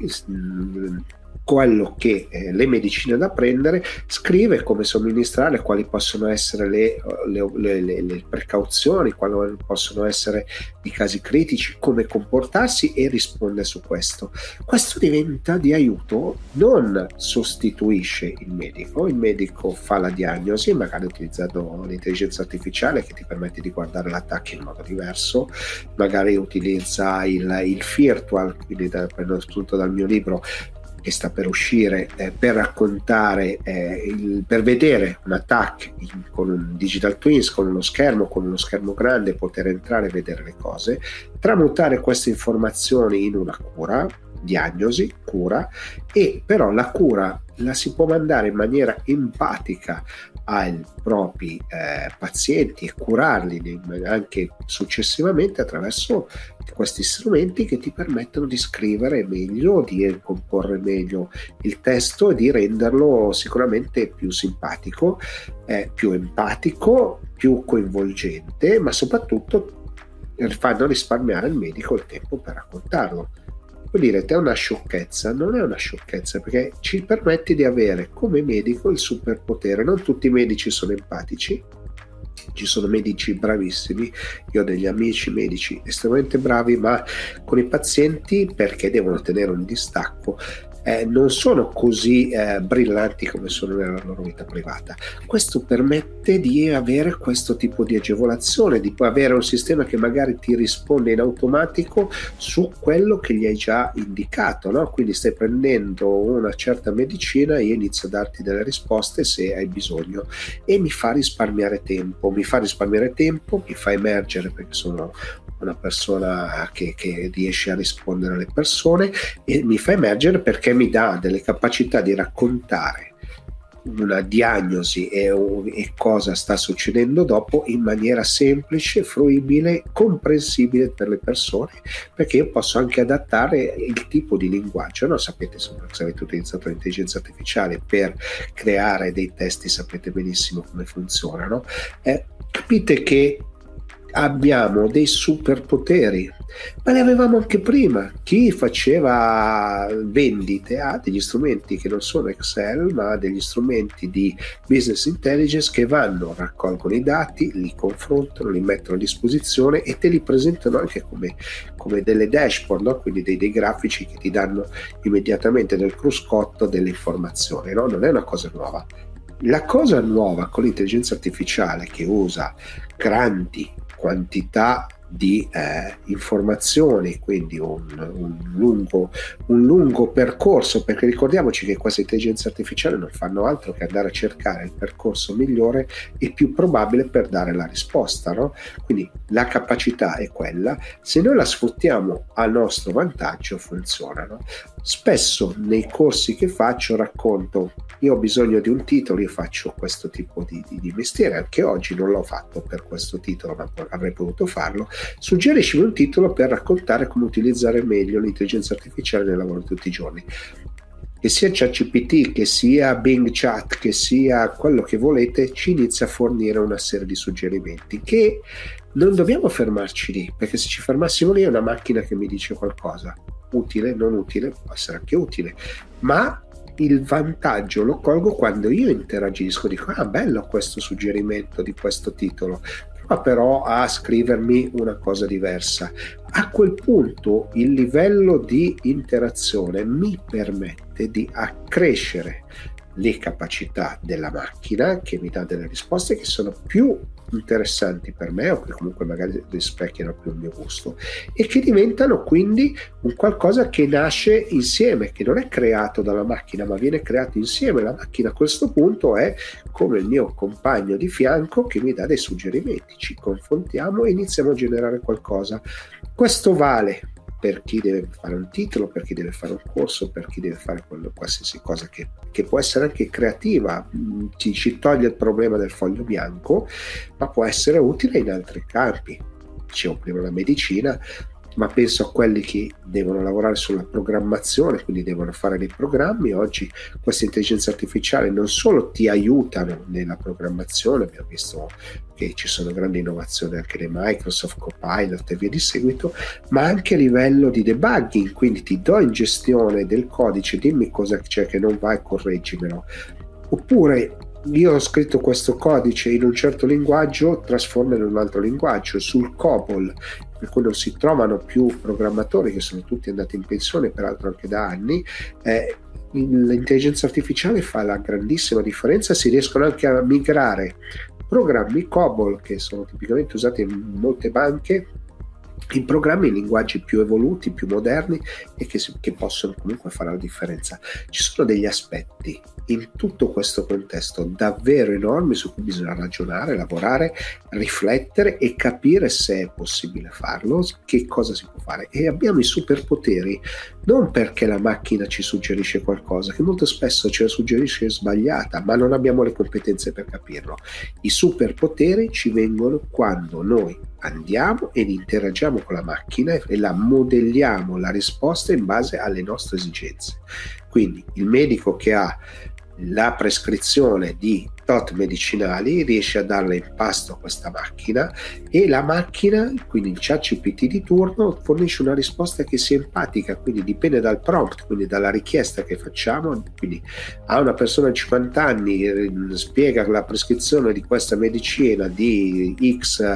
quello che le medicine da prendere, scrive come somministrare, quali possono essere le precauzioni, quali possono essere i casi critici, come comportarsi, e risponde su questo. Questo diventa di aiuto, non sostituisce il medico fa la diagnosi, magari utilizzando l'intelligenza artificiale che ti permette di guardare l'attacco in modo diverso, magari utilizza il virtual, quindi prendo spunto dal mio libro, che sta per uscire, per raccontare, per vedere un attack con un digital twins, con uno schermo grande, poter entrare e vedere le cose, tramutare queste informazioni in una cura, diagnosi, cura, e però la cura la si può mandare in maniera empatica ai propri pazienti e curarli anche successivamente attraverso questi strumenti che ti permettono di scrivere meglio, di comporre meglio il testo e di renderlo sicuramente più simpatico, più empatico, più coinvolgente, ma soprattutto fanno risparmiare al medico il tempo per raccontarlo. Vuol dire, è una sciocchezza? Non è una sciocchezza, perché ci permette di avere come medico il superpotere. Non tutti i medici sono empatici, ci sono medici bravissimi, io ho degli amici medici estremamente bravi, ma con i pazienti, perché devono tenere un distacco, non sono così brillanti come sono nella loro vita privata. Questo permette di avere questo tipo di agevolazione, di avere un sistema che magari ti risponde in automatico su quello che gli hai già indicato, no? Quindi stai prendendo una certa medicina e io inizio a darti delle risposte se hai bisogno, e mi fa risparmiare tempo, mi fa emergere, perché sono una persona che riesce a rispondere alle persone, e mi fa emergere perché mi dà delle capacità di raccontare una diagnosi e cosa sta succedendo dopo in maniera semplice, fruibile, comprensibile per le persone, perché io posso anche adattare il tipo di linguaggio, no? Sapete, se avete utilizzato l'intelligenza artificiale per creare dei testi, sapete benissimo come funzionano. Capite che abbiamo dei superpoteri, ma li avevamo anche prima. Chi faceva vendite ha degli strumenti che non sono Excel, ma degli strumenti di business intelligence che raccolgono i dati, li confrontano, li mettono a disposizione e te li presentano anche come delle dashboard, no? Quindi dei grafici che ti danno immediatamente nel cruscotto delle informazioni, no? Non è una cosa nuova. La cosa nuova con l'intelligenza artificiale, che usa grandi quantità di informazioni, quindi un lungo percorso, perché ricordiamoci che queste intelligenze artificiali non fanno altro che andare a cercare il percorso migliore e più probabile per dare la risposta, no? Quindi la capacità è quella, se noi la sfruttiamo a nostro vantaggio funziona, no? Spesso nei corsi che faccio racconto: io ho bisogno di un titolo, io faccio questo tipo di mestiere, anche oggi non l'ho fatto per questo titolo, ma avrei potuto farlo. Suggeriscimi un titolo per raccontare come utilizzare meglio l'intelligenza artificiale nel lavoro di tutti i giorni. Che sia ChatGPT, che sia Bing Chat, che sia quello che volete, ci inizia a fornire una serie di suggerimenti che non dobbiamo fermarci lì, perché se ci fermassimo lì è una macchina che mi dice qualcosa. Utile, non utile, può essere anche utile, ma il vantaggio lo colgo quando io interagisco, dico: ah, bello questo suggerimento di questo titolo, prova però a scrivermi una cosa diversa. A quel punto il livello di interazione mi permette di accrescere le capacità della macchina, che mi dà delle risposte che sono più interessanti per me, o che comunque magari rispecchiano più il mio gusto, e che diventano quindi un qualcosa che nasce insieme, che non è creato dalla macchina ma viene creato insieme. La macchina a questo punto è come il mio compagno di fianco che mi dà dei suggerimenti, ci confrontiamo e iniziamo a generare qualcosa. Questo vale per chi deve fare un titolo, per chi deve fare un corso, per chi deve fare qualsiasi cosa che può essere anche creativa, ci toglie il problema del foglio bianco, ma può essere utile in altri campi. Dicevo prima la medicina, ma penso a quelli che devono lavorare sulla programmazione, quindi devono fare dei programmi. Oggi queste intelligenze artificiali non solo ti aiutano nella programmazione, abbiamo visto che ci sono grandi innovazioni anche dei Microsoft Copilot e via di seguito, ma anche a livello di debugging, quindi ti do in gestione del codice, dimmi cosa c'è che non va e correggimelo. Oppure io ho scritto questo codice in un certo linguaggio, trasformalo in un altro linguaggio. Sul COBOL, per cui non si trovano più programmatori, che sono tutti andati in pensione peraltro anche da anni, l'intelligenza artificiale fa la grandissima differenza. Si riescono anche a migrare programmi COBOL che sono tipicamente usati in molte banche in programmi in linguaggi più evoluti, più moderni e che possono comunque fare la differenza. Ci sono degli aspetti in tutto questo contesto davvero enormi su cui bisogna ragionare, lavorare, riflettere e capire se è possibile farlo, che cosa si può fare. E abbiamo i superpoteri non perché la macchina ci suggerisce qualcosa, che molto spesso ce la suggerisce sbagliata, ma non abbiamo le competenze per capirlo. I superpoteri ci vengono quando noi andiamo ed interagiamo con la macchina e la modelliamo la risposta in base alle nostre esigenze. Quindi il medico che ha la prescrizione di tot medicinali riesce a darle in pasto a questa macchina e la macchina, quindi il ChatGPT di turno, fornisce una risposta che sia empatica, quindi dipende dal prompt, quindi dalla richiesta che facciamo. Quindi a una persona di 50 anni spiega la prescrizione di questa medicina di X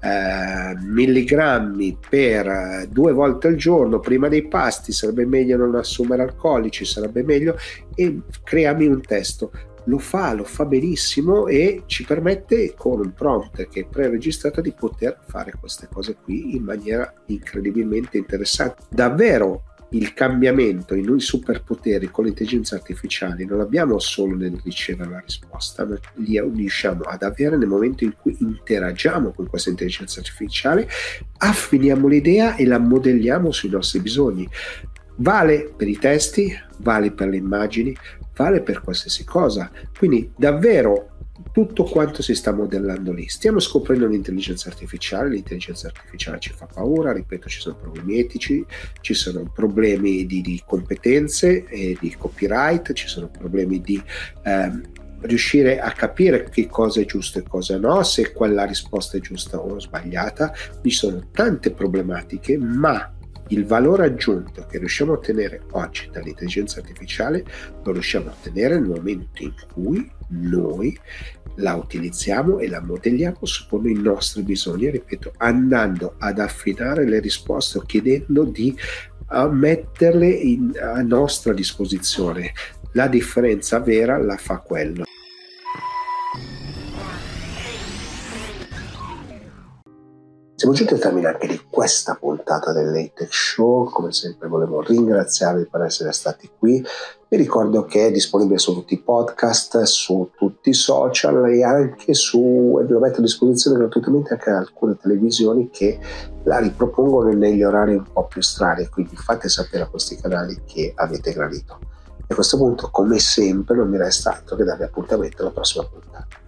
milligrammi per 2 volte al giorno prima dei pasti, sarebbe meglio non assumere alcolici, sarebbe meglio, e creami un testo. Lo fa benissimo e ci permette con un prompt che è preregistrato di poter fare queste cose qui in maniera incredibilmente interessante. Davvero il cambiamento in noi superpoteri con l'intelligenza artificiale non abbiamo solo nel ricevere la risposta, ma li riusciamo ad avere nel momento in cui interagiamo con questa intelligenza artificiale, affiniamo l'idea e la modelliamo sui nostri bisogni. Vale per i testi, vale per le immagini, vale per qualsiasi cosa. Quindi davvero tutto quanto si sta modellando lì. Stiamo scoprendo l'intelligenza artificiale ci fa paura, ripeto, ci sono problemi etici, ci sono problemi di competenze e di copyright, ci sono problemi di riuscire a capire che cosa è giusto e cosa no, se quella risposta è giusta o sbagliata. Ci sono tante problematiche, ma il valore aggiunto che riusciamo a ottenere oggi dall'intelligenza artificiale lo riusciamo a ottenere nel momento in cui noi la utilizziamo e la modelliamo secondo i nostri bisogni, ripeto, andando ad affinare le risposte o chiedendo di metterle a nostra disposizione. La differenza vera la fa quello. Siamo giunti al termine anche di questa puntata del Late Tech Show. Come sempre volevo ringraziarvi per essere stati qui. Vi ricordo che è disponibile su tutti i podcast, su tutti i social e anche vi lo metto a disposizione gratuitamente anche alcune televisioni che la ripropongono negli orari un po' più strani, quindi fate sapere a questi canali che avete gradito. E a questo punto, come sempre, non mi resta altro che darvi appuntamento alla prossima puntata.